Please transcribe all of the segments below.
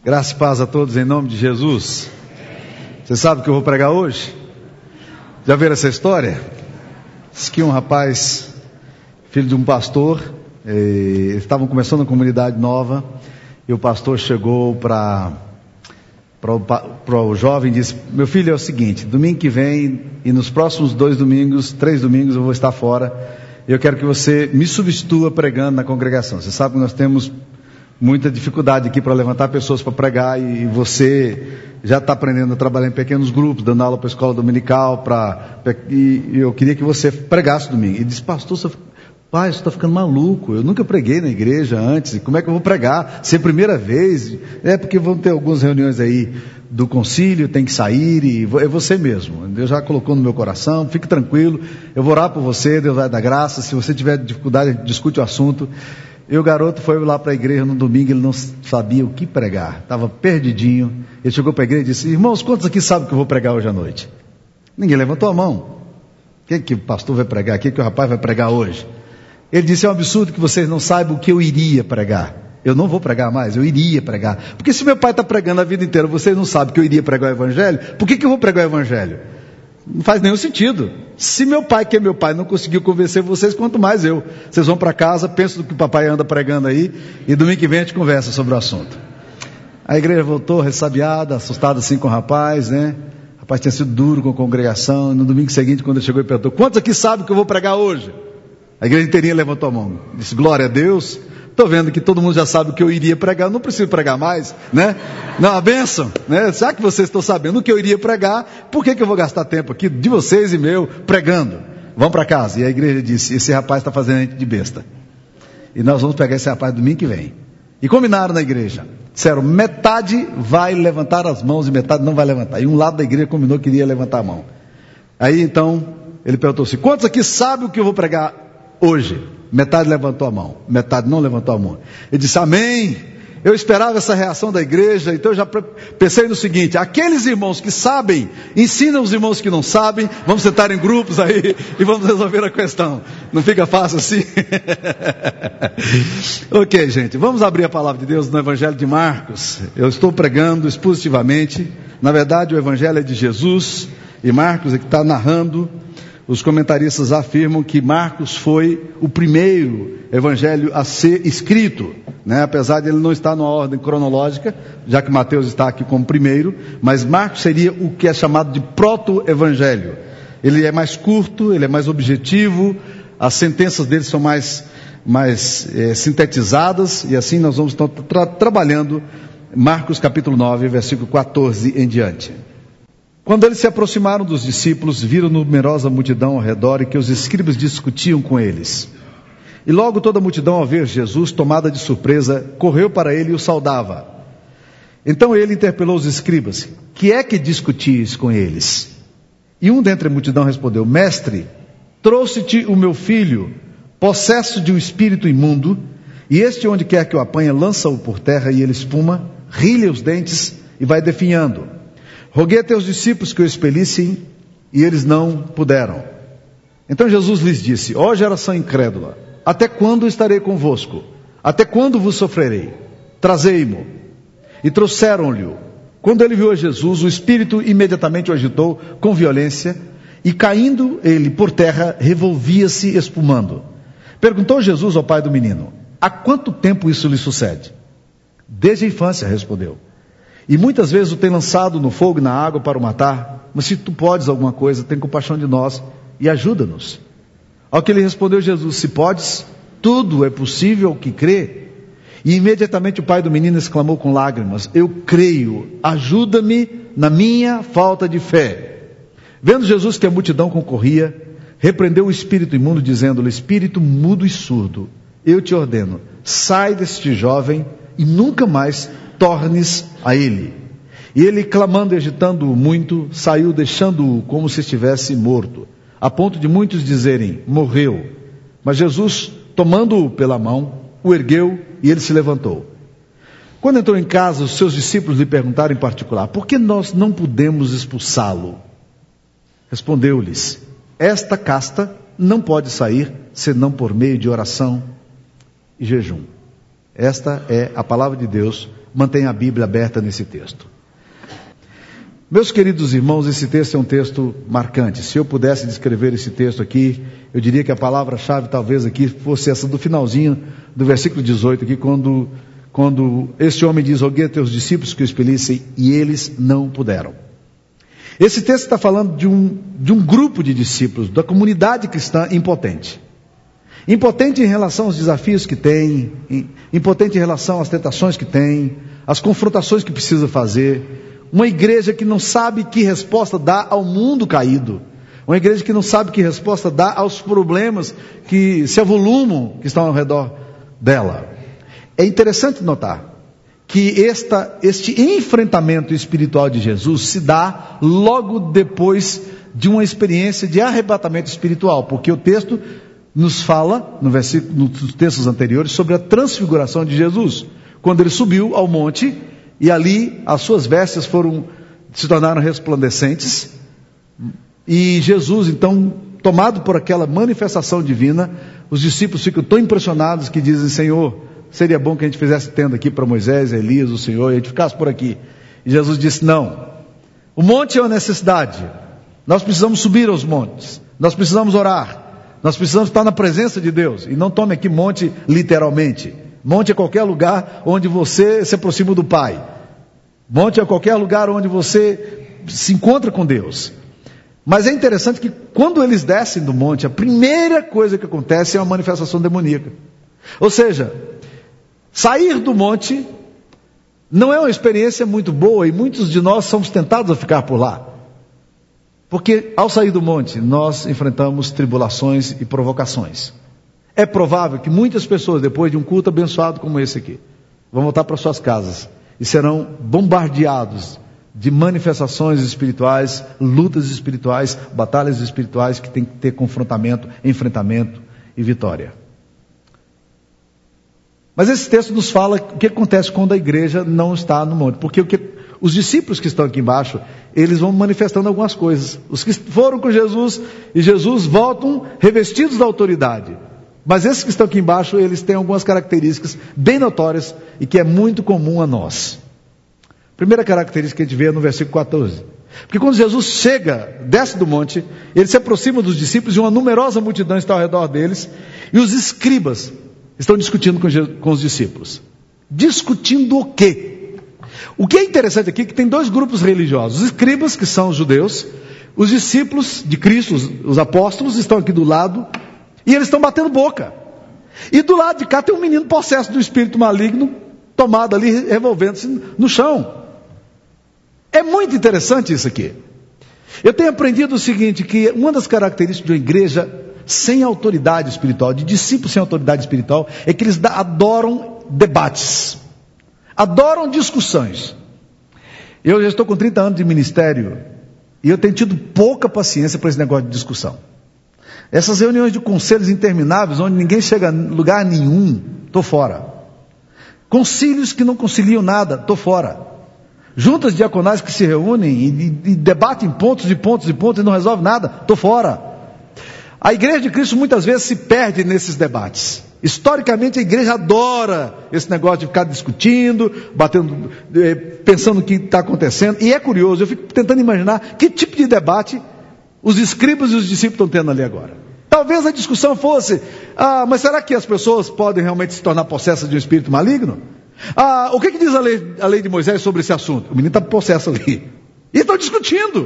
Graça e paz a todos em nome de Jesus. Você sabe o que eu vou pregar hoje? Já viram essa história? Diz que um rapaz, filho de um pastor, eles estavam começando uma comunidade nova, e o pastor chegou para o jovem e disse: meu filho, é o seguinte, domingo que vem e nos próximos 3 domingos eu vou estar fora, e eu quero que você me substitua pregando na congregação. Você sabe que nós temos muita dificuldade aqui para levantar pessoas para pregar, e você já está aprendendo a trabalhar em pequenos grupos, dando aula para a escola dominical, e eu queria que você pregasse domingo. E disse: pastor, pai, você está ficando maluco, eu nunca preguei na igreja antes, como é que eu vou pregar? Se é a primeira vez, porque vão ter algumas reuniões aí do concílio, tem que sair, e é você mesmo, Deus já colocou no meu coração, fique tranquilo, eu vou orar por você, Deus vai dar graça, se você tiver dificuldade, a gente discute o assunto. E o garoto foi lá para a igreja no domingo, ele não sabia o que pregar, estava perdidinho. Ele chegou para a igreja e disse: irmãos, quantos aqui sabem que eu vou pregar hoje à noite? Ninguém levantou a mão. O que o pastor vai pregar? O que o rapaz vai pregar hoje? Ele disse: é um absurdo que vocês não saibam o que eu iria pregar. Eu não vou pregar mais, eu iria pregar. Porque se meu pai está pregando a vida inteira, vocês não sabem que eu iria pregar o evangelho, por que eu vou pregar o evangelho? Não faz nenhum sentido. Se meu pai, que é meu pai, não conseguiu convencer vocês, quanto mais eu. Vocês vão para casa, pensam no que o papai anda pregando aí, e domingo que vem a gente conversa sobre o assunto. A igreja voltou ressabiada, assustada assim com o rapaz, né? O rapaz tinha sido duro com a congregação. No domingo seguinte, quando ele chegou e perguntou: quantos aqui sabem que eu vou pregar hoje? A igreja inteirinha levantou a mão, disse: glória a Deus. Estou vendo que todo mundo já sabe o que eu iria pregar, eu não preciso pregar mais, né? Não, a bênção, né? Já que vocês estão sabendo o que eu iria pregar, por que eu vou gastar tempo aqui de vocês e meu pregando? Vamos para casa. E a igreja disse: esse rapaz está fazendo a gente de besta, e nós vamos pegar esse rapaz domingo que vem. E combinaram na igreja, disseram: metade vai levantar as mãos e metade não vai levantar. E um lado da igreja combinou que iria levantar a mão. Aí então ele perguntou assim: quantos aqui sabem o que eu vou pregar hoje? Metade levantou a mão, metade não levantou a mão. Ele disse: amém. Eu esperava essa reação da igreja, então eu já pensei no seguinte: aqueles irmãos que sabem, ensinam os irmãos que não sabem, vamos sentar em grupos aí e vamos resolver a questão. Não fica fácil assim? Ok, gente, vamos abrir a palavra de Deus no Evangelho de Marcos. Eu estou pregando expositivamente, na verdade o Evangelho é de Jesus, e Marcos é que está narrando. Os comentaristas afirmam que Marcos foi o primeiro evangelho a ser escrito, né? Apesar de ele não estar numa ordem cronológica, já que Mateus está aqui como primeiro, mas Marcos seria o que é chamado de proto-evangelho. Ele é mais curto, ele é mais objetivo, as sentenças dele são mais sintetizadas, e assim nós vamos estar trabalhando Marcos capítulo 9, versículo 14 em diante. Quando eles se aproximaram dos discípulos, viram numerosa multidão ao redor e que os escribas discutiam com eles. E logo toda a multidão, ao ver Jesus, tomada de surpresa, correu para ele e o saudava. Então ele interpelou os escribas: que é que discutis com eles? E um dentre a multidão respondeu: mestre, trouxe-te o meu filho, possesso de um espírito imundo, e este, onde quer que o apanha, lança-o por terra e ele espuma, ri-lhe os dentes e vai definhando. Roguei a teus discípulos que o expelissem, e eles não puderam. Então Jesus lhes disse: ó geração incrédula, até quando estarei convosco? Até quando vos sofrerei? Trazei-mo. E trouxeram-lhe. Quando ele viu a Jesus, o espírito imediatamente o agitou com violência, e caindo ele por terra, revolvia-se espumando. Perguntou Jesus ao pai do menino: há quanto tempo isso lhe sucede? Desde a infância, respondeu. E muitas vezes o tem lançado no fogo e na água para o matar. Mas se tu podes alguma coisa, tem compaixão de nós e ajuda-nos. Ao que lhe respondeu Jesus: se podes, tudo é possível ao que crê. E imediatamente o pai do menino exclamou com lágrimas: eu creio, ajuda-me na minha falta de fé. Vendo Jesus que a multidão concorria, repreendeu o espírito imundo, dizendo-lhe: espírito mudo e surdo, eu te ordeno, sai deste jovem e nunca mais tornes a ele. E ele, clamando e agitando-o muito, saiu, deixando-o como se estivesse morto, a ponto de muitos dizerem: morreu. Mas Jesus, tomando-o pela mão, o ergueu e ele se levantou. Quando entrou em casa, os seus discípulos lhe perguntaram em particular: por que nós não pudemos expulsá-lo? Respondeu-lhes: esta casta não pode sair senão por meio de oração e jejum. Esta é a palavra de Deus. Mantenha a Bíblia aberta nesse texto. Meus queridos irmãos, esse texto é um texto marcante. Se eu pudesse descrever esse texto aqui, eu diria que a palavra-chave talvez aqui fosse essa do finalzinho do versículo 18 aqui, quando este homem diz: roguei a teus discípulos que o expelissem, e eles não puderam. Esse texto está falando de um grupo de discípulos, da comunidade cristã impotente. Impotente em relação aos desafios que tem, impotente em relação às tentações que tem, às confrontações que precisa fazer. Uma igreja que não sabe que resposta dar ao mundo caído. Uma igreja que não sabe que resposta dar aos problemas que se avolumam, que estão ao redor dela. É interessante notar que este enfrentamento espiritual de Jesus se dá logo depois de uma experiência de arrebatamento espiritual, porque o texto nos fala, nos textos anteriores, sobre a transfiguração de Jesus, quando ele subiu ao monte, e ali as suas vestes se tornaram resplandecentes, e Jesus, então, tomado por aquela manifestação divina, os discípulos ficam tão impressionados que dizem: Senhor, seria bom que a gente fizesse tenda aqui para Moisés, Elias, o Senhor, e a gente ficasse por aqui. E Jesus disse: não, o monte é uma necessidade, nós precisamos subir aos montes, nós precisamos orar, nós precisamos estar na presença de Deus. E não tome aqui monte literalmente. Monte é qualquer lugar onde você se aproxima do Pai. Monte é qualquer lugar onde você se encontra com Deus. Mas é interessante que quando eles descem do monte, a primeira coisa que acontece é uma manifestação demoníaca. Ou seja, sair do monte não é uma experiência muito boa, e muitos de nós somos tentados a ficar por lá. Porque ao sair do monte, nós enfrentamos tribulações e provocações. É provável que muitas pessoas, depois de um culto abençoado como esse aqui, vão voltar para suas casas e serão bombardeados de manifestações espirituais, lutas espirituais, batalhas espirituais que tem que ter confrontamento, enfrentamento e vitória. Mas esse texto nos fala o que acontece quando a igreja não está no monte. Porque os discípulos que estão aqui embaixo, eles vão manifestando algumas coisas. Os que foram com Jesus e Jesus voltam revestidos da autoridade. Mas esses que estão aqui embaixo, eles têm algumas características bem notórias e que é muito comum a nós. Primeira característica que a gente vê é no versículo 14. Porque quando Jesus desce do monte, ele se aproxima dos discípulos e uma numerosa multidão está ao redor deles, e os escribas estão discutindo com os discípulos. Discutindo o quê? O que é interessante aqui é que tem dois grupos religiosos. Os escribas, que são os judeus, os discípulos de Cristo, os apóstolos, estão aqui do lado, e eles estão batendo boca. E do lado de cá tem um menino possesso do espírito maligno, tomado ali, revolvendo-se no chão. É muito interessante isso aqui. Eu tenho aprendido o seguinte, que uma das características de uma igreja sem autoridade espiritual, de discípulos sem autoridade espiritual, é que eles adoram debates, adoram discussões. Eu já estou com 30 anos de ministério, e eu tenho tido pouca paciência para esse negócio de discussão. Essas reuniões de conselhos intermináveis, onde ninguém chega a lugar nenhum, estou fora. Concílios que não conciliam nada, estou fora. Juntas diaconais que se reúnem e debatem pontos e pontos e pontos e não resolvem nada, estou fora. A igreja de Cristo muitas vezes se perde nesses debates. Historicamente a igreja adora esse negócio de ficar discutindo, pensando o que está acontecendo. E é curioso, eu fico tentando imaginar que tipo de debate os escribas e os discípulos estão tendo ali agora. Talvez a discussão fosse: mas será que as pessoas podem realmente se tornar possessas de um espírito maligno? O que diz a lei de Moisés sobre esse assunto? O menino está possesso ali. E estão discutindo.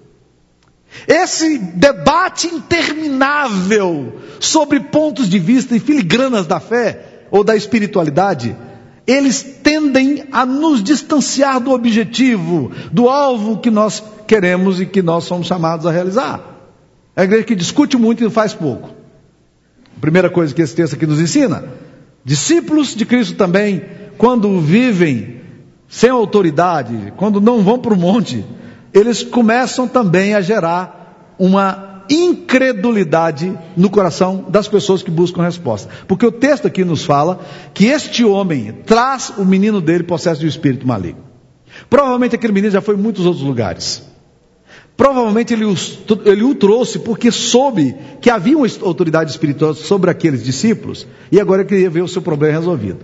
Esse debate interminável sobre pontos de vista e filigranas da fé ou da espiritualidade, eles tendem a nos distanciar do objetivo, do alvo que nós queremos e que nós somos chamados a realizar. É a igreja que discute muito e faz pouco. A primeira coisa que esse texto aqui nos ensina: discípulos de Cristo também, quando vivem sem autoridade, quando não vão para o monte, eles começam também a gerar uma incredulidade no coração das pessoas que buscam resposta. Porque o texto aqui nos fala que este homem traz o menino dele possesso de um espírito maligno. Provavelmente aquele menino já foi em muitos outros lugares. Provavelmente ele o trouxe porque soube que havia uma autoridade espiritual sobre aqueles discípulos, e agora queria ver o seu problema resolvido.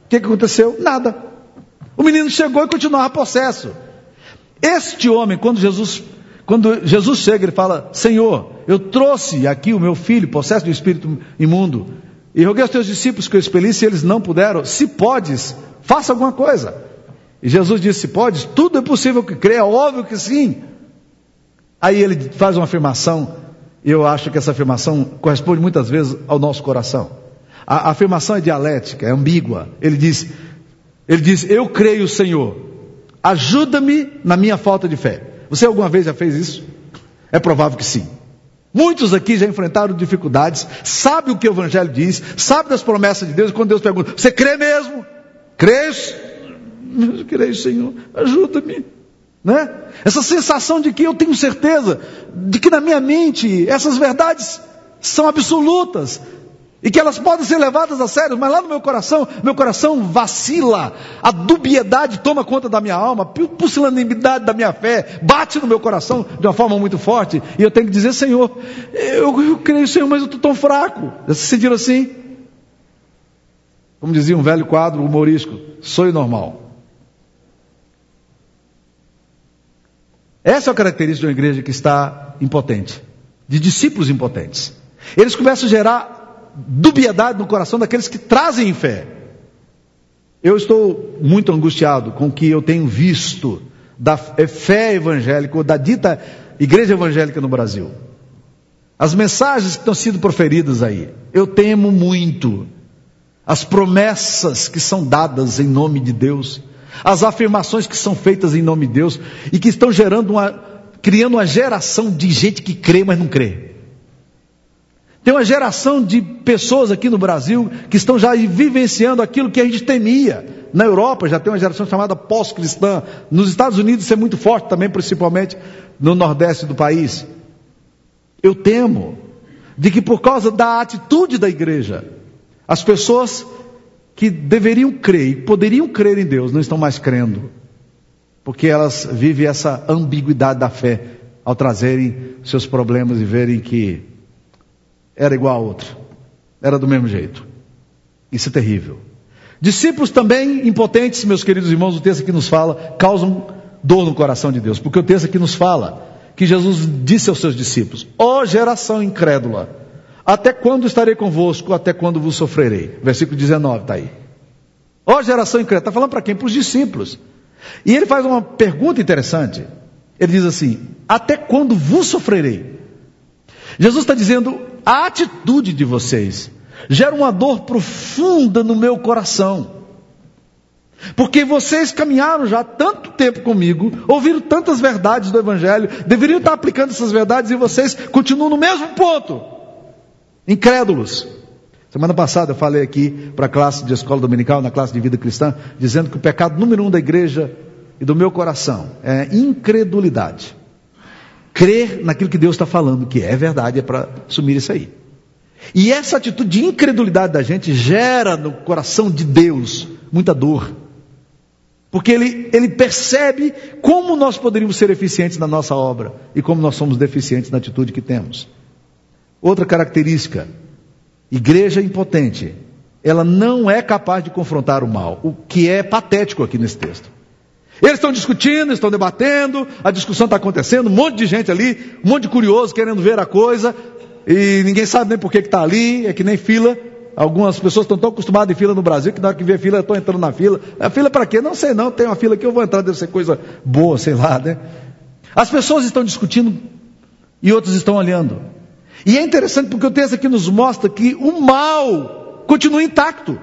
que aconteceu? Nada. O menino chegou e continuava possesso. Este homem, quando Jesus chega, ele fala: Senhor, eu trouxe aqui o meu filho, possesso de um espírito imundo, e roguei aos teus discípulos que eu expelisse, e eles não puderam. Se podes, faça alguma coisa. E Jesus disse: se podes, tudo é possível que creia, óbvio que sim. Aí ele faz uma afirmação, e eu acho que essa afirmação corresponde muitas vezes ao nosso coração. A afirmação é dialética, é ambígua. Ele diz: eu creio, Senhor, ajuda-me na minha falta de fé. Você alguma vez já fez isso? É provável que sim. Muitos aqui já enfrentaram dificuldades, sabe o que o Evangelho diz, sabe das promessas de Deus, e quando Deus pergunta: você crê mesmo? Crês? Eu creio, Senhor, ajuda-me. Né? Essa sensação de que eu tenho certeza, de que na minha mente essas verdades são absolutas, e que elas podem ser levadas a sério, mas lá no meu coração vacila, a dubiedade toma conta da minha alma, a pusilanimidade da minha fé bate no meu coração de uma forma muito forte, e eu tenho que dizer: Senhor, eu creio, Senhor, mas eu estou tão fraco. Já se sentiram assim? Como dizia um velho quadro humorístico: sonho normal. Essa é a característica de uma igreja que está impotente, de discípulos impotentes. Eles começam a gerar dubiedade no coração daqueles que trazem fé. Eu estou muito angustiado com o que eu tenho visto da fé evangélica, ou da dita igreja evangélica no Brasil. As mensagens que estão sendo proferidas aí, eu temo muito. As promessas que são dadas em nome de Deus, as afirmações que são feitas em nome de Deus, e que estão criando uma geração de gente que crê, mas não crê. Tem uma geração de pessoas aqui no Brasil que estão já vivenciando aquilo que a gente temia. Na Europa já tem uma geração chamada pós-cristã. Nos Estados Unidos isso é muito forte também, principalmente no nordeste do país. Eu temo de que por causa da atitude da igreja, as pessoas que deveriam crer e poderiam crer em Deus não estão mais crendo, porque elas vivem essa ambiguidade da fé ao trazerem seus problemas e verem que era igual a outro, era do mesmo jeito. Isso é terrível. Discípulos também impotentes, meus queridos irmãos, o texto aqui nos fala, causam dor no coração de Deus, porque o texto aqui nos fala que Jesus disse aos seus discípulos: ó geração incrédula, até quando estarei convosco, até quando vos sofrerei? Versículo 19 está aí. Ó geração incrédula, está falando para quem? Para os discípulos. E ele faz uma pergunta interessante. Ele diz assim: até quando vos sofrerei? Jesus está dizendo: a atitude de vocês gera uma dor profunda no meu coração, porque vocês caminharam já tanto tempo comigo, ouviram tantas verdades do Evangelho, deveriam estar aplicando essas verdades, e vocês continuam no mesmo ponto, incrédulos. Semana passada eu falei aqui para a classe de escola dominical, na classe de vida cristã, dizendo que o pecado número 1 da igreja e do meu coração é incredulidade. Crer naquilo que Deus está falando, que é verdade, é para assumir isso aí. E essa atitude de incredulidade da gente gera no coração de Deus muita dor. Porque ele percebe como nós poderíamos ser eficientes na nossa obra e como nós somos deficientes na atitude que temos. Outra característica: igreja impotente, ela não é capaz de confrontar o mal, o que é patético aqui nesse texto. Eles estão discutindo, estão debatendo, a discussão está acontecendo, um monte de gente ali, um monte de curioso querendo ver a coisa, e ninguém sabe nem por que está ali, é que nem fila. Algumas pessoas estão tão acostumadas em fila no Brasil, que na hora que vê fila, eu estou entrando na fila. A fila para quê? Não sei não, tem uma fila aqui, eu vou entrar, deve ser coisa boa, sei lá, né? As pessoas estão discutindo e outros estão olhando. E é interessante porque o texto aqui nos mostra que o mal continua intacto.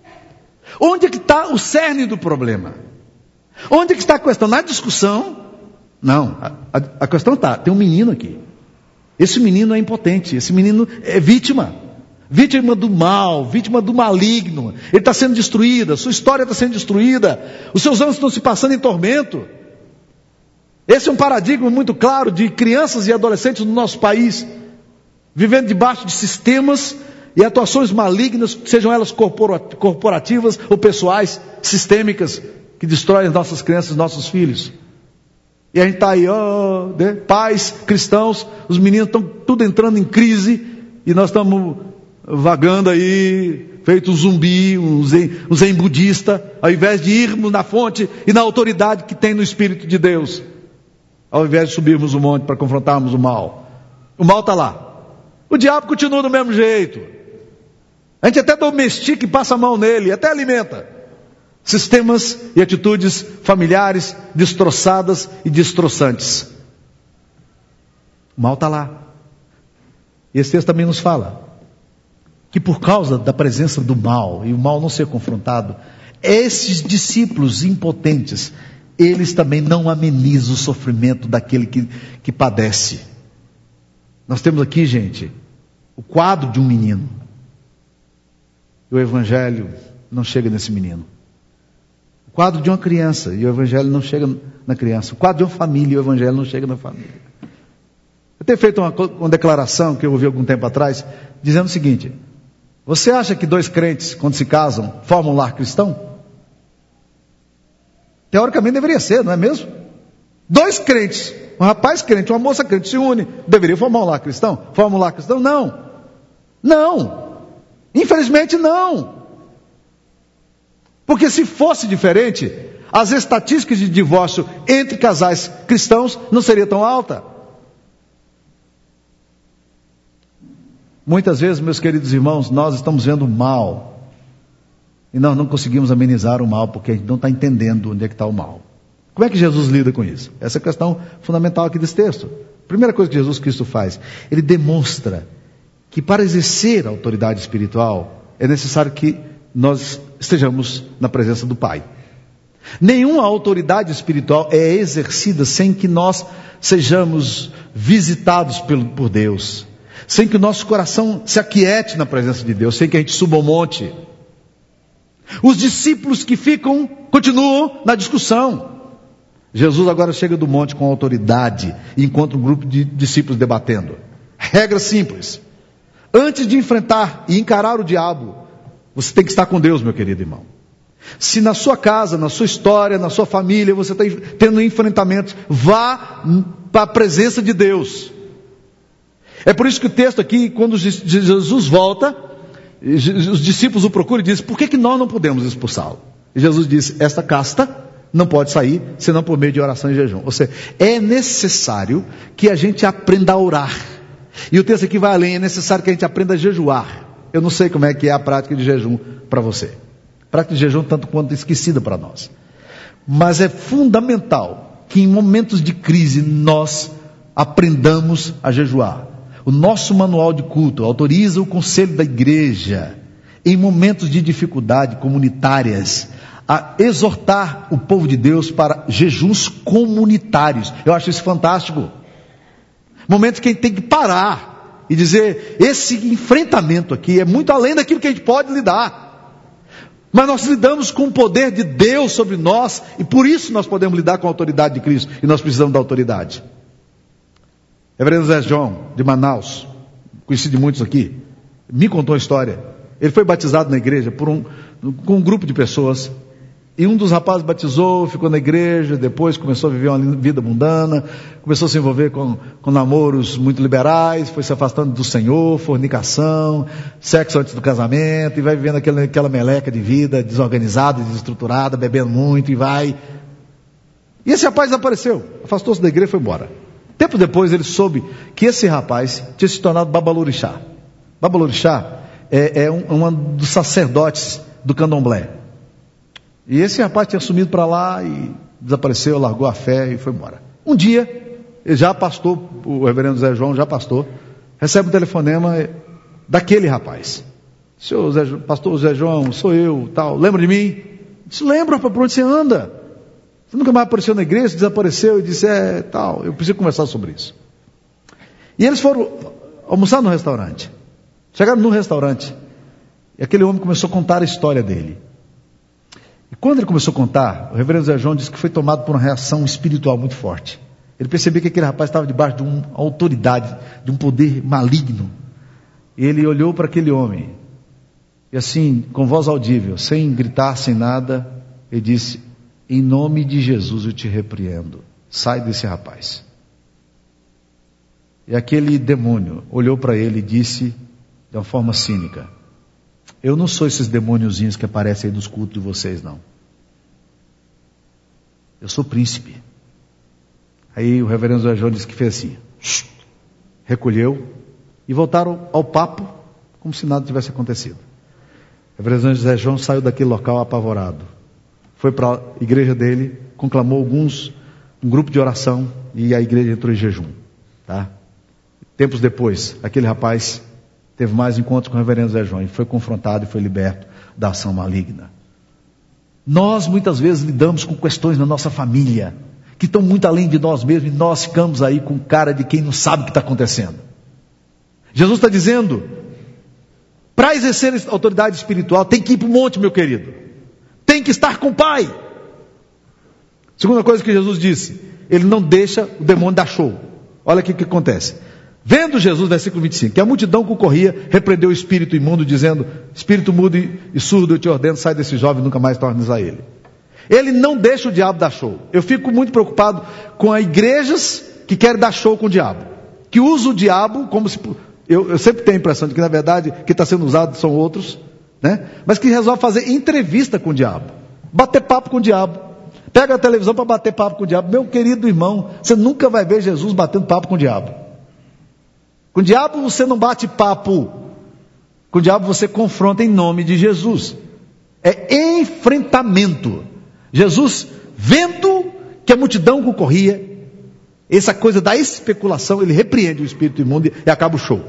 Onde é que está o cerne do problema? Onde é que está a questão? Na discussão? Não, a questão está, tem um menino aqui. Esse menino é impotente, esse menino é vítima do mal, vítima do maligno. Ele está sendo destruído, a sua história está sendo destruída, os seus anos estão se passando em tormento. Esse é um paradigma muito claro de crianças e adolescentes no nosso país, vivendo debaixo de sistemas e atuações malignas, sejam elas corporativas ou pessoais, sistêmicas, que destroem as nossas crianças, nossos filhos. E a gente está aí, né? Pais cristãos, os meninos estão tudo entrando em crise, e nós estamos vagando aí, feito um zumbi, um zen budista, ao invés de irmos na fonte e na autoridade que tem no Espírito de Deus, ao invés de subirmos o monte para confrontarmos o mal. O mal está lá. O diabo continua do mesmo jeito. A gente até domestica e passa a mão nele, até alimenta. Sistemas e atitudes familiares destroçadas e destroçantes. O mal está lá. E esse texto também nos fala que por causa da presença do mal, e o mal não ser confrontado, esses discípulos impotentes, eles também não amenizam o sofrimento daquele que padece. Nós temos aqui, gente, o quadro de um menino. E o evangelho não chega nesse menino. O quadro de uma criança, e o evangelho não chega na criança. O quadro de uma família, e o evangelho não chega na família. Eu tenho feito uma declaração que eu ouvi algum tempo atrás, dizendo o seguinte: você acha que dois crentes, quando se casam, formam um lar cristão? Teoricamente deveria ser, não é mesmo? Dois crentes, um rapaz crente, uma moça crente, se unem, deveria formar um lar cristão? Forma um lar cristão? Não. Não. Infelizmente não. Porque se fosse diferente, as estatísticas de divórcio entre casais cristãos não seria tão alta. Muitas vezes, meus queridos irmãos, nós estamos vendo o mal e nós não conseguimos amenizar o mal porque a gente não está entendendo onde é que está o mal. Como é que Jesus lida com isso? Essa é a questão fundamental aqui desse texto. A primeira coisa que Jesus Cristo faz, ele demonstra que para exercer a autoridade espiritual é necessário que nós estejamos na presença do Pai. Nenhuma autoridade espiritual é exercida sem que nós sejamos visitados por Deus, sem que o nosso coração se aquiete na presença de Deus, sem que a gente suba ao monte. Os discípulos que ficam, continuam na discussão. Jesus agora chega do monte com autoridade e encontra um grupo de discípulos debatendo. Regra simples: antes de enfrentar e encarar o diabo, você tem que estar com Deus, meu querido irmão. Se na sua casa, na sua história, na sua família, você está tendo enfrentamentos, vá para a presença de Deus. É por isso que o texto aqui, quando Jesus volta, os discípulos o procuram e dizem: por que nós não podemos expulsá-lo? E Jesus disse: esta casta não pode sair, senão por meio de oração e jejum. Ou seja, é necessário que a gente aprenda a orar. E o texto aqui vai além: é necessário que a gente aprenda a jejuar. Eu não sei como é que é a prática de jejum para você. A prática de jejum tanto quanto esquecida para nós. Mas é fundamental que em momentos de crise nós aprendamos a jejuar. O nosso manual de culto autoriza o conselho da igreja, em momentos de dificuldade comunitárias, a exortar o povo de Deus para jejuns comunitários. Eu acho isso fantástico. Momentos que a gente tem que parar e dizer: esse enfrentamento aqui é muito além daquilo que a gente pode lidar. Mas nós lidamos com o poder de Deus sobre nós, e por isso nós podemos lidar com a autoridade de Cristo, e nós precisamos da autoridade. Reverendo Zé João, de Manaus, conhecido de muitos aqui, me contou a história. Ele foi batizado na igreja com um grupo de pessoas, e um dos rapazes batizou, ficou na igreja, depois começou a viver uma vida mundana, começou a se envolver com namoros muito liberais, foi se afastando do Senhor, fornicação, sexo antes do casamento, e vai vivendo aquela meleca de vida desorganizada, desestruturada, bebendo muito, e vai. E esse rapaz desapareceu, afastou-se da igreja e foi embora. Tempo depois ele soube que esse rapaz tinha se tornado babalorixá. Babalorixá é um dos sacerdotes do candomblé. E esse rapaz tinha sumido para lá e desapareceu, largou a fé e foi embora. Um dia, ele já pastor, o reverendo Zé João já pastor, recebe um telefonema daquele rapaz. Pastor Zé João, sou eu, tal, lembra de mim? Disse: lembra, por onde você anda? Você nunca mais apareceu na igreja, desapareceu, e disse: tal, eu preciso conversar sobre isso. E eles foram almoçar no restaurante. Chegaram no restaurante, e aquele homem começou a contar a história dele. E quando ele começou a contar, o reverendo Zé João disse que foi tomado por uma reação espiritual muito forte. Ele percebeu que aquele rapaz estava debaixo de uma autoridade, de um poder maligno. E ele olhou para aquele homem, e assim, com voz audível, sem gritar, sem nada, ele disse: em nome de Jesus eu te repreendo, sai desse rapaz. E aquele demônio olhou para ele e disse de uma forma cínica: eu não sou esses demôniozinhos que aparecem aí nos cultos de vocês, não. Eu sou príncipe. Aí o reverendo Zé João disse que fez assim, recolheu e voltaram ao papo como se nada tivesse acontecido. O reverendo Zé João saiu daquele local apavorado. Foi para a igreja dele, conclamou um grupo de oração e a igreja entrou em jejum. Tá? Tempos depois, aquele rapaz teve mais encontros com o reverendo Zé João e foi confrontado e foi liberto da ação maligna. Nós muitas vezes lidamos com questões na nossa família que estão muito além de nós mesmos e nós ficamos aí com cara de quem não sabe o que está acontecendo. Jesus está dizendo, para exercer autoridade espiritual tem que ir para o monte, meu querido. Tem que estar com o Pai. Segunda coisa que Jesus disse, ele não deixa o demônio dar show. Olha aqui o que acontece. Vendo Jesus, versículo 25, que a multidão concorria, repreendeu o espírito imundo, dizendo, espírito mudo e surdo, eu te ordeno, sai desse jovem e nunca mais tornes a ele. Ele não deixa o diabo dar show. Eu fico muito preocupado com as igrejas que querem dar show com o diabo. Que usam o diabo como se... Eu sempre tenho a impressão de que, na verdade, quem está sendo usado são outros, né? Mas que resolve fazer entrevista com o diabo. Bater papo com o diabo. Pega a televisão para bater papo com o diabo. Meu querido irmão, você nunca vai ver Jesus batendo papo com o diabo. Com o diabo você não bate papo. Com o diabo você confronta em nome de Jesus. É enfrentamento. Jesus, vendo que a multidão concorria, essa coisa da especulação, ele repreende o espírito imundo e acaba o show.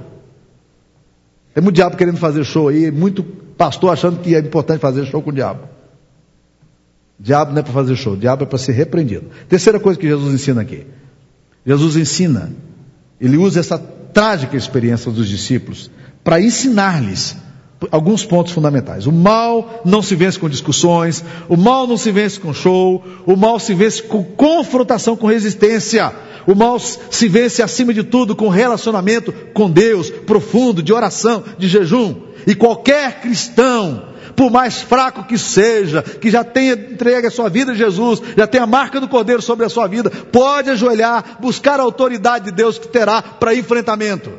Tem muito diabo querendo fazer show aí, muito pastor achando que é importante fazer show com o diabo. Diabo não é para fazer show, diabo é para ser repreendido. Terceira coisa que Jesus ensina aqui. Jesus ensina, ele usa essa trágica experiência dos discípulos para ensinar-lhes alguns pontos fundamentais. O mal não se vence com discussões, o mal não se vence com show, o mal se vence com confrontação, com resistência. O mal se vence acima de tudo com relacionamento com Deus, profundo, de oração, de jejum. E qualquer cristão, por mais fraco que seja, que já tenha entregue a sua vida a Jesus, já tenha a marca do Cordeiro sobre a sua vida, pode ajoelhar, buscar a autoridade de Deus que terá para enfrentamento.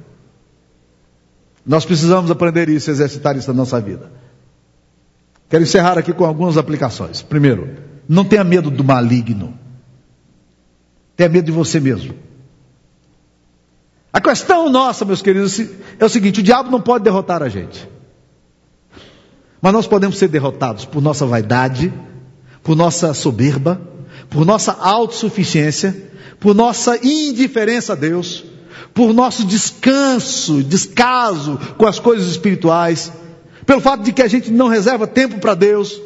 Nós precisamos aprender isso, exercitar isso na nossa vida. Quero encerrar aqui com algumas aplicações. Primeiro, não tenha medo do maligno. Tenha medo de você mesmo. A questão nossa, meus queridos, é o seguinte: o diabo não pode derrotar a gente. Mas nós podemos ser derrotados por nossa vaidade, por nossa soberba, por nossa autossuficiência, por nossa indiferença a Deus, por nosso descaso com as coisas espirituais, pelo fato de que a gente não reserva tempo para Deus.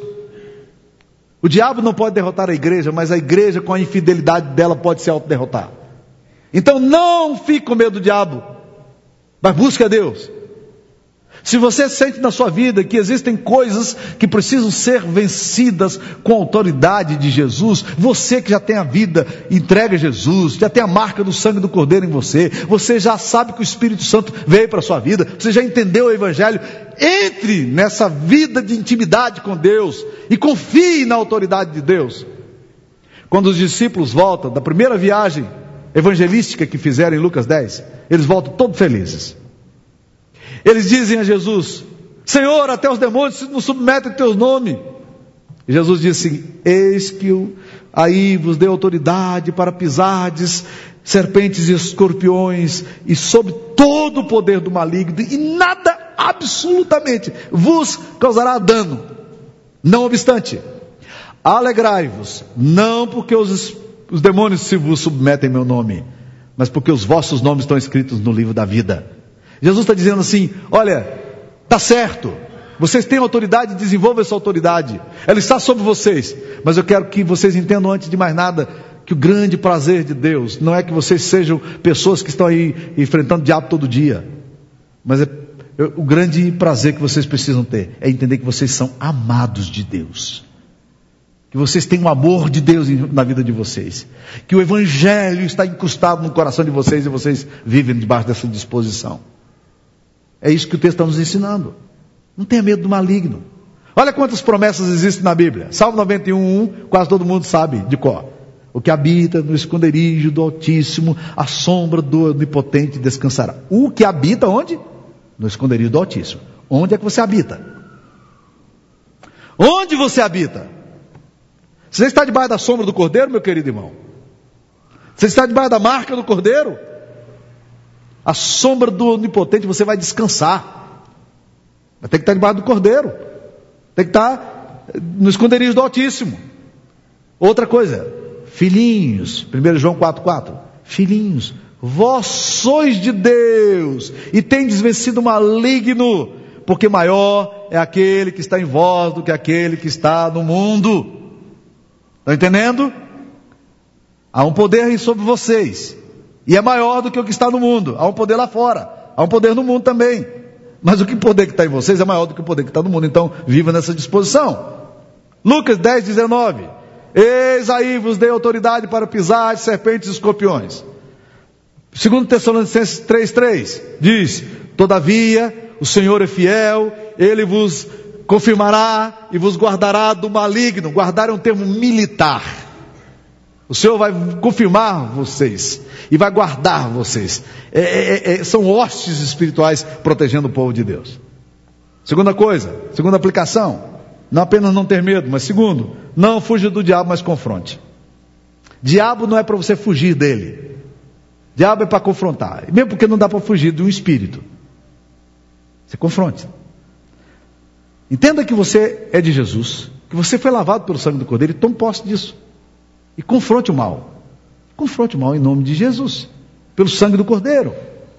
O diabo não pode derrotar a igreja, mas a igreja, com a infidelidade dela, pode se autoderrotar. Então não fique com medo do diabo, mas busque a Deus. Se você sente na sua vida que existem coisas que precisam ser vencidas com a autoridade de Jesus, você que já tem a vida entregue a Jesus, já tem a marca do sangue do Cordeiro em você, você já sabe que o Espírito Santo veio para a sua vida, você já entendeu o Evangelho, entre nessa vida de intimidade com Deus e confie na autoridade de Deus. Quando os discípulos voltam da primeira viagem evangelística que fizeram em Lucas 10, eles voltam todos felizes. Eles dizem a Jesus: Senhor, até os demônios nos submetem ao teu nome. E Jesus disse: eis que eu aí vos dei autoridade para pisardes serpentes e escorpiões e sob todo o poder do maligno, e nada absolutamente vos causará dano. Não obstante, alegrai-vos, não porque os demônios se vos submetem em meu nome, mas porque os vossos nomes estão escritos no livro da vida. Jesus está dizendo assim: olha, está certo, vocês têm autoridade, desenvolvam essa autoridade, ela está sobre vocês, mas eu quero que vocês entendam antes de mais nada, que o grande prazer de Deus não é que vocês sejam pessoas que estão aí enfrentando o diabo todo dia, mas o grande prazer que vocês precisam ter é entender que vocês são amados de Deus, que vocês têm o amor de Deus na vida de vocês, que o Evangelho está incrustado no coração de vocês e vocês vivem debaixo dessa disposição. É isso que o texto está nos ensinando. Não tenha medo do maligno. Olha quantas promessas existem na Bíblia. Salmo 91:1, quase todo mundo sabe de cor. O que habita no esconderijo do Altíssimo, a sombra do Onipotente descansará. O que habita onde? No esconderijo do Altíssimo. Onde é que você habita? Onde você habita? Você está debaixo da sombra do Cordeiro, meu querido irmão? Você está debaixo da marca do Cordeiro? A sombra do Onipotente você vai descansar. Vai ter que estar debaixo do Cordeiro. Tem que estar no esconderijo do Altíssimo. Outra coisa, filhinhos, 1 João 4,4. Filhinhos, vós sois de Deus e tendes vencido o maligno, porque maior é aquele que está em vós do que aquele que está no mundo. Estão entendendo? Há um poder aí sobre vocês, e é maior do que o que está no mundo. Há um poder lá fora, há um poder no mundo também, mas o poder que está em vocês é maior do que o poder que está no mundo. Então viva nessa disposição. Lucas 10:19. Eis aí vos dei autoridade para pisar de serpentes e escorpiões. 2 Tessalonicenses 3:3 diz: todavia o Senhor é fiel, Ele vos confirmará e vos guardará do maligno. Guardar é um termo militar. O Senhor vai confirmar vocês e vai guardar vocês. São hostes espirituais protegendo o povo de Deus. Segunda coisa, segunda aplicação, não apenas não ter medo, mas segundo, não fuja do diabo, mas confronte. Diabo não é para você fugir dele. Diabo é para confrontar. Mesmo porque não dá para fugir de um espírito. Você confronte. Entenda que você é de Jesus, que você foi lavado pelo sangue do Cordeiro, e tome posse disso. E confronte o mal. Confronte o mal em nome de Jesus, pelo sangue do Cordeiro.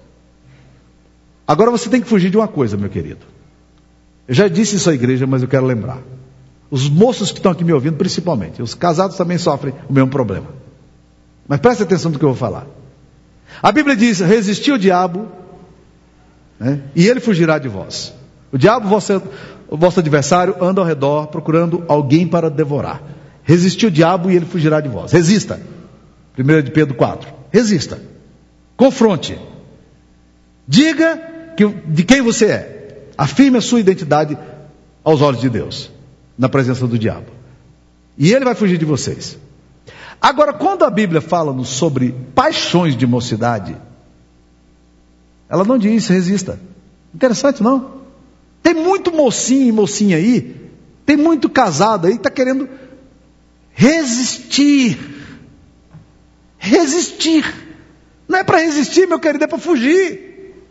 Agora você tem que fugir de uma coisa, meu querido. Eu já disse isso à igreja, mas eu quero lembrar. Os moços que estão aqui me ouvindo, principalmente, os casados também sofrem o mesmo problema. Mas preste atenção no que eu vou falar. A Bíblia diz: resisti ao diabo, né, e ele fugirá de vós. O diabo, o vosso adversário, anda ao redor procurando alguém para devorar. Resisti ao diabo e ele fugirá de vós. Resista. 1 de Pedro 4. Resista. Confronte. Diga de quem você é. Afirme a sua identidade aos olhos de Deus, na presença do diabo. E ele vai fugir de vocês. Agora, quando a Bíblia fala sobre paixões de mocidade, ela não diz resista. Interessante, não? Tem muito mocinho e mocinha aí, tem muito casado aí que está querendo resistir. Resistir. Não é para resistir, meu querido, é para fugir.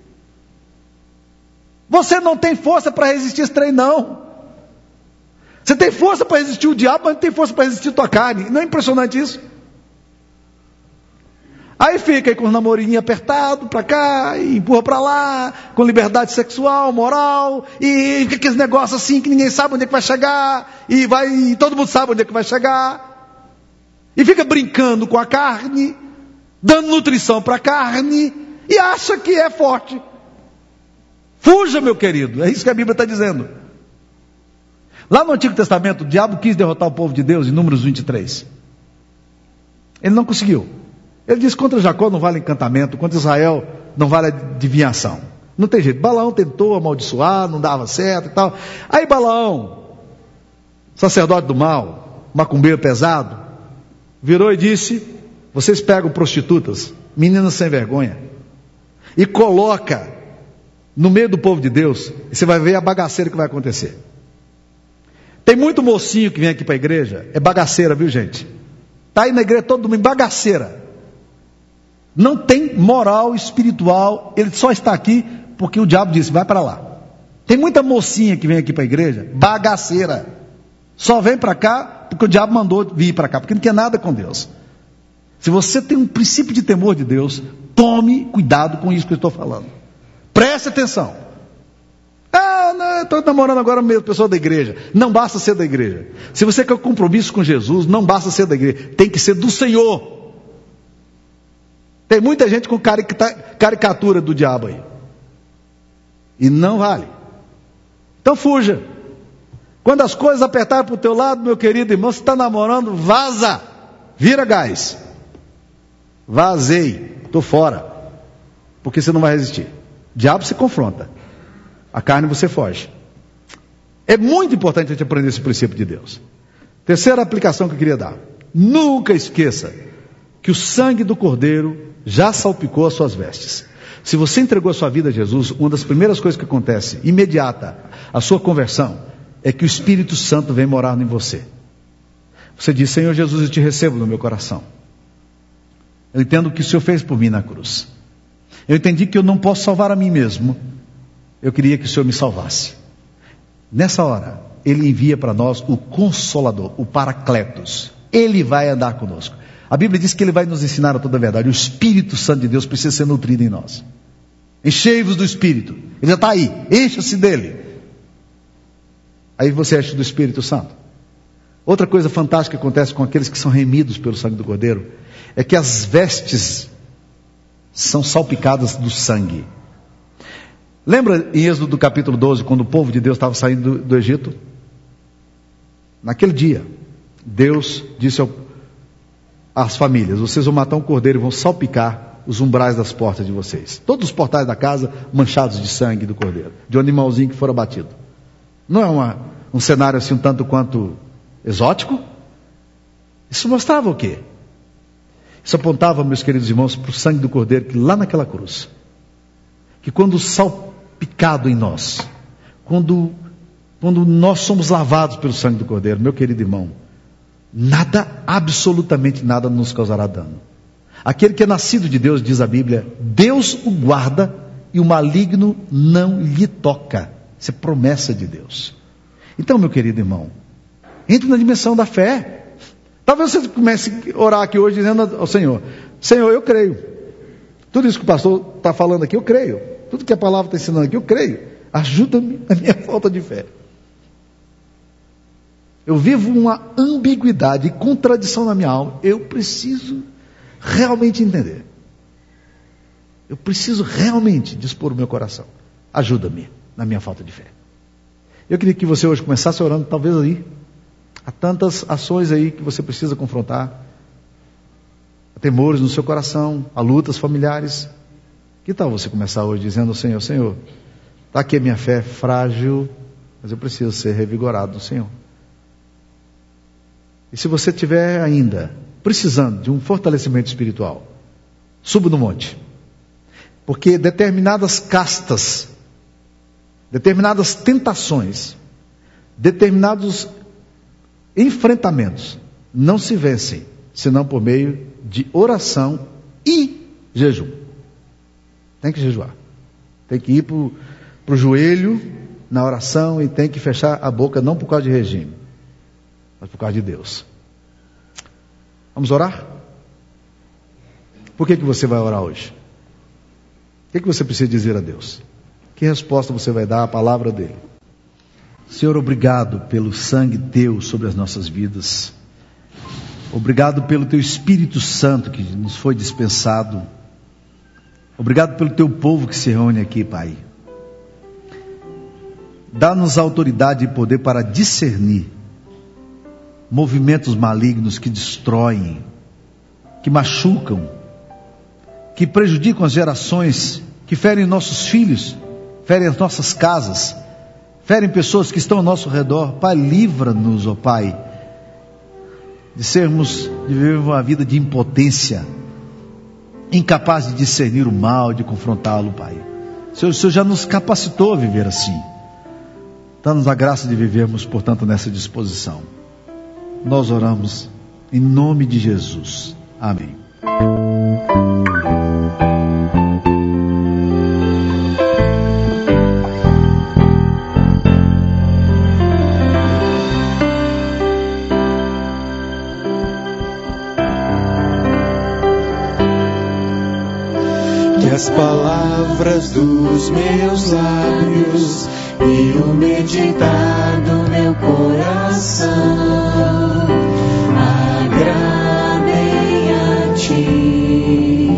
Você não tem força para resistir esse trem, não. Você tem força para resistir o diabo, mas não tem força para resistir a tua carne. Não é impressionante isso? Aí fica aí com os namorinhos apertados para cá, e empurra para lá, com liberdade sexual, moral, e fica aqueles negócios assim que ninguém sabe onde é que vai chegar, e todo mundo sabe onde é que vai chegar, e fica brincando com a carne, dando nutrição para a carne, e acha que é forte. Fuja, meu querido, é isso que a Bíblia está dizendo. Lá no Antigo Testamento, o diabo quis derrotar o povo de Deus, em Números 23. Ele não conseguiu. Ele disse: contra Jacó não vale encantamento, contra Israel não vale adivinhação. Não tem jeito. Balaão tentou amaldiçoar, não dava certo e tal. Aí Balaão, sacerdote do mal, macumbeiro pesado, virou e disse: vocês pegam prostitutas, meninas sem vergonha, e coloca no meio do povo de Deus, e você vai ver a bagaceira que vai acontecer. Tem muito mocinho que vem aqui para a igreja, é bagaceira, viu, gente? Está aí na igreja todo domingo, bagaceira. Não tem moral espiritual, ele só está aqui porque o diabo disse: vai para lá. Tem muita mocinha que vem aqui para a igreja, bagaceira. Só vem para cá porque o diabo mandou vir para cá, porque não quer nada com Deus. Se você tem um princípio de temor de Deus, tome cuidado com isso que eu estou falando. Preste atenção. Estou namorando agora mesmo pessoa da igreja. Não basta ser da igreja. Se você quer compromisso com Jesus, não basta ser da igreja, tem que ser do Senhor. Tem muita gente com caricatura do diabo aí. E não vale. Então fuja. Quando as coisas apertarem para o teu lado, meu querido irmão, você está namorando, vaza. Vira gás. Vazei. Estou fora. Porque você não vai resistir. O diabo se confronta. A carne você foge. É muito importante a gente aprender esse princípio de Deus. Terceira aplicação que eu queria dar. Nunca esqueça que o sangue do Cordeiro já salpicou as suas vestes. Se você entregou a sua vida a Jesus, uma das primeiras coisas que acontece, imediata, a sua conversão, é que o Espírito Santo vem morar em você. Você diz: Senhor Jesus, eu te recebo no meu coração. Eu entendo o que o Senhor fez por mim na cruz. Eu entendi que eu não posso salvar a mim mesmo. Eu queria que o Senhor me salvasse. Nessa hora, Ele envia para nós o Consolador, o Paracletos. Ele vai andar conosco. A Bíblia diz que Ele vai nos ensinar a toda a verdade. O Espírito Santo de Deus precisa ser nutrido em nós. Enchei-vos do Espírito. Ele já está aí. Encha-se dele. Aí você enche do Espírito Santo. Outra coisa fantástica que acontece com aqueles que são remidos pelo sangue do Cordeiro é que as vestes são salpicadas do sangue. Lembra em Êxodo do capítulo 12, quando o povo de Deus estava saindo do Egito? Naquele dia, Deus disse às famílias: vocês vão matar um cordeiro e vão salpicar os umbrais das portas de vocês. Todos os portais da casa manchados de sangue do cordeiro, de um animalzinho que for abatido. Não é um cenário assim um tanto quanto exótico? Isso mostrava o quê? Isso apontava, meus queridos irmãos, para o sangue do cordeiro que lá naquela cruz, que quando salpicado em nós, quando nós somos lavados pelo sangue do cordeiro, meu querido irmão, nada, absolutamente nada nos causará dano. Aquele que é nascido de Deus, diz a Bíblia, Deus o guarda e o maligno não lhe toca. Isso é promessa de Deus. Então, meu querido irmão, entre na dimensão da fé. Talvez você comece a orar aqui hoje dizendo ao Senhor: Senhor, eu creio. Tudo isso que o pastor está falando aqui, eu creio. Tudo que a palavra está ensinando aqui, eu creio. Ajuda-me na minha falta de fé. Eu vivo uma ambiguidade e contradição na minha alma. Eu preciso realmente entender. Eu preciso realmente dispor o meu coração. Ajuda-me na minha falta de fé. Eu queria que você hoje começasse orando, talvez aí. Há tantas ações aí que você precisa confrontar. Há temores no seu coração, há lutas familiares. Que tal você começar hoje dizendo ao Senhor: Senhor, está aqui a minha fé frágil, mas eu preciso ser revigorado no Senhor. E se você estiver ainda precisando de um fortalecimento espiritual, suba no monte. Porque determinadas castas, determinadas tentações, determinados enfrentamentos não se vencem senão por meio de oração e jejum. Tem que jejuar, tem que ir para o joelho na oração e tem que fechar a boca, não por causa de regime, mas por causa de Deus. Vamos orar? Por que você vai orar hoje? O que você precisa dizer a Deus? Que resposta você vai dar à palavra dele? Senhor, obrigado pelo sangue teu sobre as nossas vidas. Obrigado pelo teu Espírito Santo que nos foi dispensado. Obrigado pelo teu povo que se reúne aqui, Pai. Dá-nos autoridade e poder para discernir movimentos malignos que destroem, que machucam, que prejudicam as gerações, que ferem nossos filhos, ferem as nossas casas, ferem pessoas que estão ao nosso redor. Pai, livra-nos, ó Pai, de viver uma vida de impotência, incapaz de discernir o mal, de confrontá-lo, Pai. O Senhor já nos capacitou a viver assim. Dá-nos a graça de vivermos, portanto, nessa disposição. Nós oramos em nome de Jesus. Amém. Que as palavras dos meus lábios e o meditar do meu coração agradem a Ti,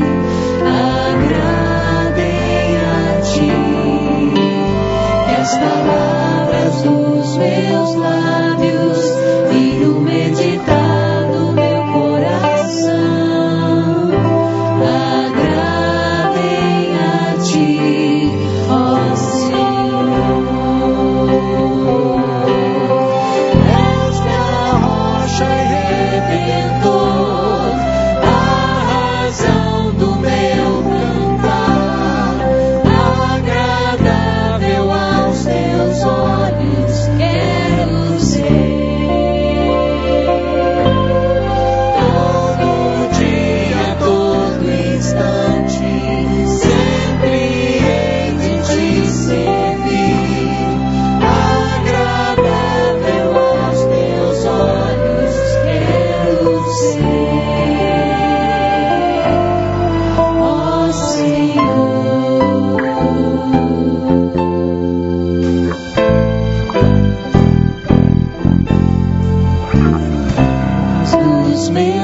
agradem a Ti. Que as palavras dos meus lábios e o meditar do meu coração agradem a Ti, ó Senhor. És minha rocha e redentor.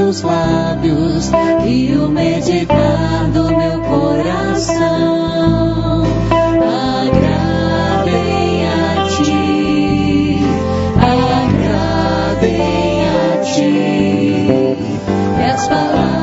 meus lábios e o meditar do meu coração agradem a ti, agradem a ti, que as palavras